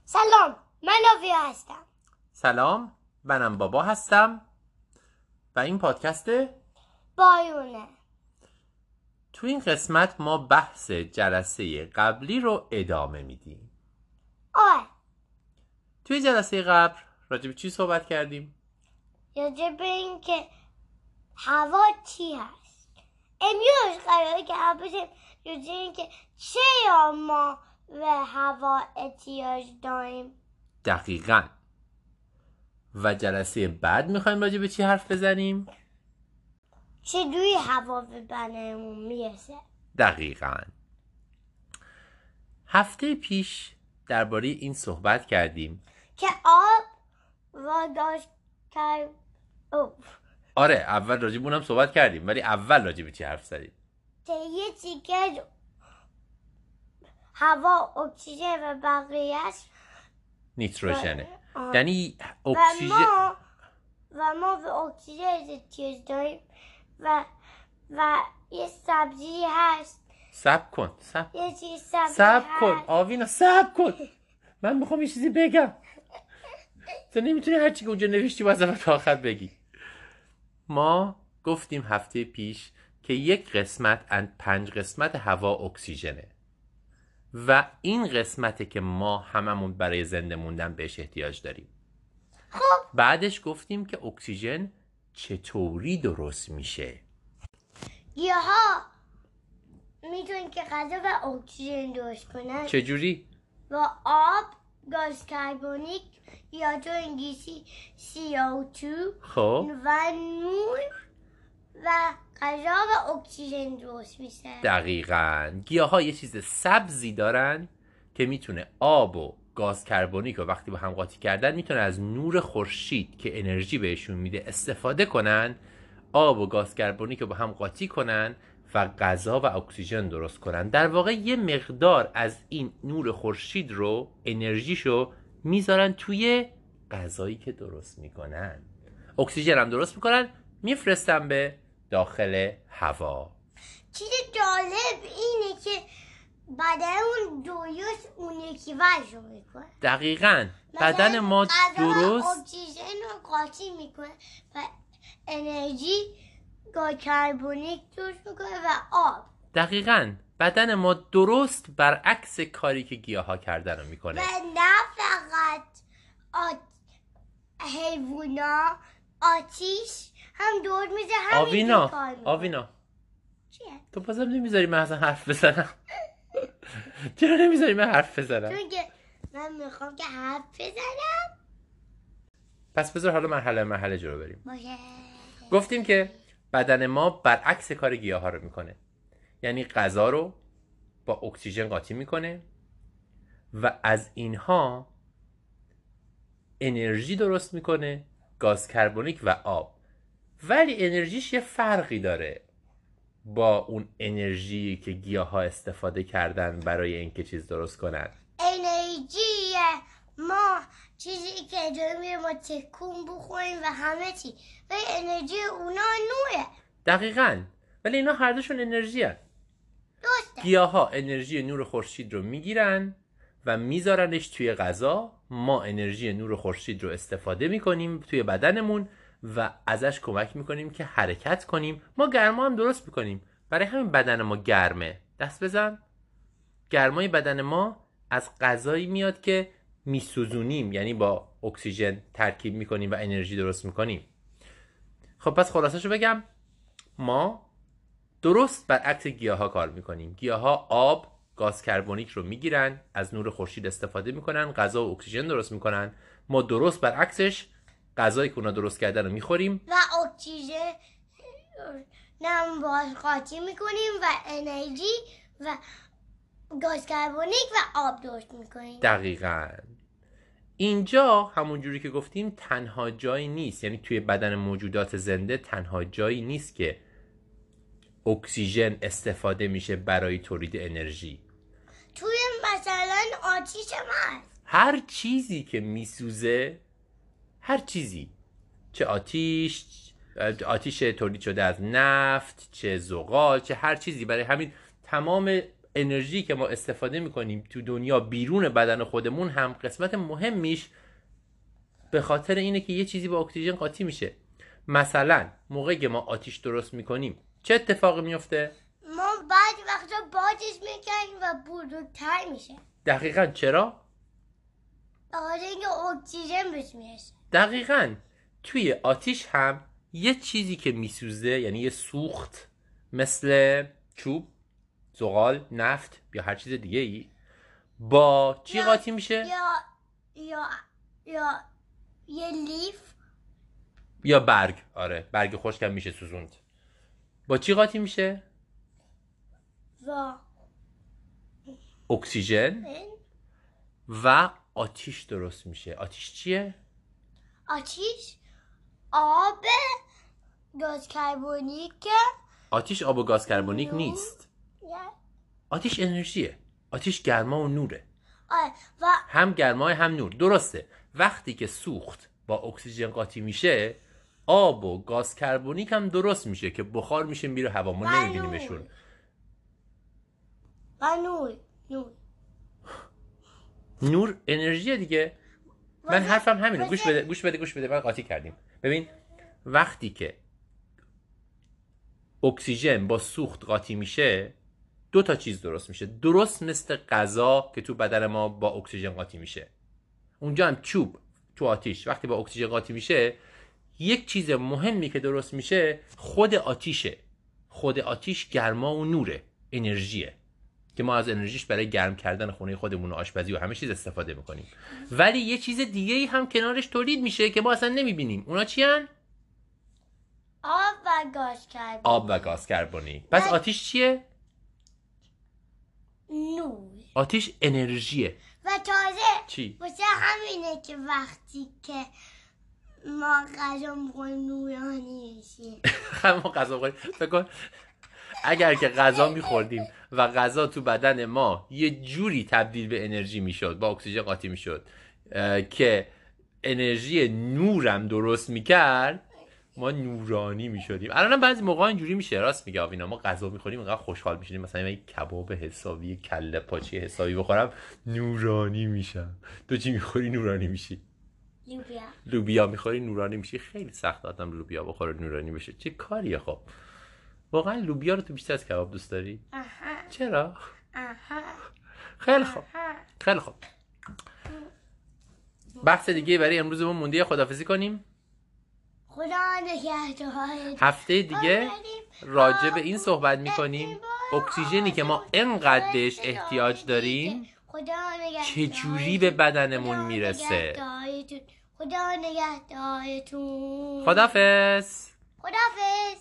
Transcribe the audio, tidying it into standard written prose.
سلام، من آویا هستم. سلام، منم بابا هستم و این پادکست بایونه. تو این قسمت ما بحث جلسه قبلی رو ادامه میدیم. توی جلسه قبل راجع به چی صحبت کردیم؟ راجع به این که هوا چی هست. امروز قراره که بشیم راجع به این که چرا ما به هوا احتیاج داریم. دقیقاً. و جلسه بعد میخوایم راجع به چی حرف بزنیم؟ چجوری هوا به بدنمون میرسه. دقیقاً. هفته پیش درباره این صحبت کردیم که آب و گاز کرد. آره، اول راجع به اونم صحبت کردیم، ولی اول راجع به چی حرف زدیم؟ یه چیکه اکسیژن اکسیژن و بقیهش نیتروژنه. یعنی اکسیژن و ما به اکسیژن احتیاج داریم و یه سبزی هست. صبر کن. یه چیز سبزی صبر هست. کن آوینا، صبر کن. من میخوام یه چیزی بگم. تو نمیتونی هرچی که اونجا نوشتی باز اول تا آخر بگی. ما گفتیم هفته پیش که یک قسمت از 5 قسمت هوا اکسیژنه و این قسمته که ما هممون برای زنده موندن بهش احتیاج داریم. خب بعدش گفتیم که اکسیژن چطوری درست میشه. گیاها میتونن که غذا و اکسیژن درست کنن. چجوری؟ و آب، گاز کربونیک یا تو انگلیسی CO2 خب و نور و غذا و اکسیژن درست میشه. دقیقاً. گیاها یه چیز سبزی دارن که میتونه آب و گاز کربونیک رو وقتی با هم قاطی کردن میتونه از نور خورشید که انرژی بهشون میده استفاده کنن، آب و گاز کربونیک رو با هم قاطی کنن و غذا و اکسیژن درست کنن. در واقع یه مقدار از این نور خورشید رو، انرژیشو میذارن توی غذایی که درست میکنن. اکسیژن هم درست میکنن، میفرستن به داخل هوا. چیز جالب اینه که بدنمون درست اون یکی وجه میکنه. دقیقاً. بدن ما درست اکسیژن رو قاطی میکنه و انرژی گاز کربونیک درست میکنه و آب. دقیقاً. بدن ما درست برعکس کاری که گیاها کردن رو میکنه. و نه فقط حیوونا، آتیش هم دور میزه همین آوینا چیه؟ تو بازم نمیذاری من اصلا حرف بزنم. چرا نمیذاری من حرف بزنم؟ چون که من میخوام که حرف بزنم. پس بذار حالا مرحله جلو بریم. باشه. گفتیم که بدن ما برعکس کار گیاها رو میکنه. یعنی غذا رو با اکسیژن قاطی میکنه و از اینها انرژی درست میکنه، گاز کربونیک و آب. ولی انرژیش یه فرقی داره با اون انرژی که گیاها استفاده کردن برای اینکه چیز درست کنن. انرژی ما چیزی که اجازه ما تکون بخوریم و همه چی، و انرژی اونا نوره. دقیقاً. ولی اینا هر دوشون انرژی هست. درسته. گیاها انرژی نور خورشید رو میگیرن و میذارنش توی غذا. ما انرژی نور خورشید رو استفاده میکنیم توی بدنمون و ازش کمک میکنیم که حرکت کنیم. ما گرما هم درست میکنیم، برای همین بدن ما گرمه. دست بزن. گرمای بدن ما از غذایی میاد که میسوزونیم، یعنی با اکسیژن ترکیب میکنیم و انرژی درست میکنیم. خب پس خلاصشو بگم، ما درست برعکس گیاها کار میکنیم. گیاها آب، گاز کربونیک رو میگیرن، از نور خورشید استفاده میکنن، غذا و اکسیژن درست میکنن. ما درست برعکسش غذایی که اونا درست کردن رو میخوریم و اکسیژن نم باز قاطی میکنیم و انرژی و گاز کربونیک و آب درست میکنیم. دقیقاً. اینجا همون جوری که گفتیم تنها جایی نیست، یعنی توی بدن موجودات زنده تنها جایی نیست که اکسیژن استفاده میشه برای تولید انرژی. توی مثلا آتیش هم هست. هر چیزی که میسوزه، هر چیزی، چه آتیش تولید شده از نفت، چه زغال، چه هر چیزی، برای همین تمام انرژی که ما استفاده میکنیم تو دنیا بیرون بدن خودمون هم قسمت مهمیش به خاطر اینه که یه چیزی با اکسیژن قاطی میشه. مثلا موقعی که ما آتیش درست میکنیم چه اتفاقی میفته؟ ما بعد وقتا بادش میکنیم و بزرگتر میشه. دقیقاً. چرا؟ آره اینکه اکسیژن بهش میرسه. دقیقاً. توی آتیش هم یه چیزی که میسوزه، یعنی یه سوخت مثل چوب، زغال، نفت یا هر چیز دیگه ای، با چی قاطی میشه؟ یا یه لیف یا برگ. آره برگ خشک هم میشه سوزوند. با چی قاطی میشه؟ و اکسیژن و آتیش درست میشه. آتیش چیه؟ آتیش آب گاز کربونیک. آتیش آب و گاز کربونیک نیست. آتیش انرژیه. آتیش گرما و نوره. و هم گرمای هم نور. درسته. وقتی که سوخت با اکسیژن قاطی میشه، آب و گاز کربونیک هم درست میشه که بخار میشه میره هوا. ما نمیبینیمشون. و نور انرژیه دیگه. من حرفم همینه. گوش بده من قاطی کردیم. ببین وقتی که اکسیژن با سوخت قاطی میشه 2 تا چیز درست میشه. درست مثل غذا که تو بدن ما با اکسیژن قاطی میشه. اونجا هم چوب تو آتیش وقتی با اکسیژن قاطی میشه، یک چیز مهمی که درست میشه خود آتیشه. خود آتیش گرما و نوره، انرژیه که ما از انرژیش برای گرم کردن خونه خودمون و آشپزی و همه چیز استفاده میکنیم. ولی یه چیز دیگه ای هم کنارش تولید میشه که ما اصلا نمیبینیم. اونا چی هن؟ آب و گاز کربونیک. پس آتیش چیه؟ نور. آتیش انرژیه. و تازه چی؟ واسه همینه که وقتی که ما غذا میخوریم نورانی میشیم. ما غذا میخوریم. فکر کن اگر که غذا میخوردیم و غذا تو بدن ما یه جوری تبدیل به انرژی میشد، با اکسیژن قاطی میشد که انرژی نورم درست میکرد، ما نورانی میشدیم. الان بعضی موقع اینجوری میشه. راست میگه آوینا. ما غذا میخوریم انقدر خوشحال میشیم، مثلا من یک کباب حسابی، کله پاچه حسابی بخورم نورانی میشم. تو چی میخوری نورانی میشی؟ لوبیا میخوری نورانی میشی. خیلی سخت آدم لوبیا بخوره نورانی بشه. چه کاریه؟ خب واقعا لوبیا رو تو بیشتر از کباب دوست داری؟ چرا؟ خیلی خوب. خیلی خوب. بحث دیگه برای امروزمون مونده. خداحافظی کنیم. خدا نگهدار. هفته دیگه راجع به این صحبت میکنیم اکسیژنی که ما انقدر بهش احتیاج داریم چجوری به بدنمون میرسه. خدا نگهدارتون. خداحافظ. خداحافظ.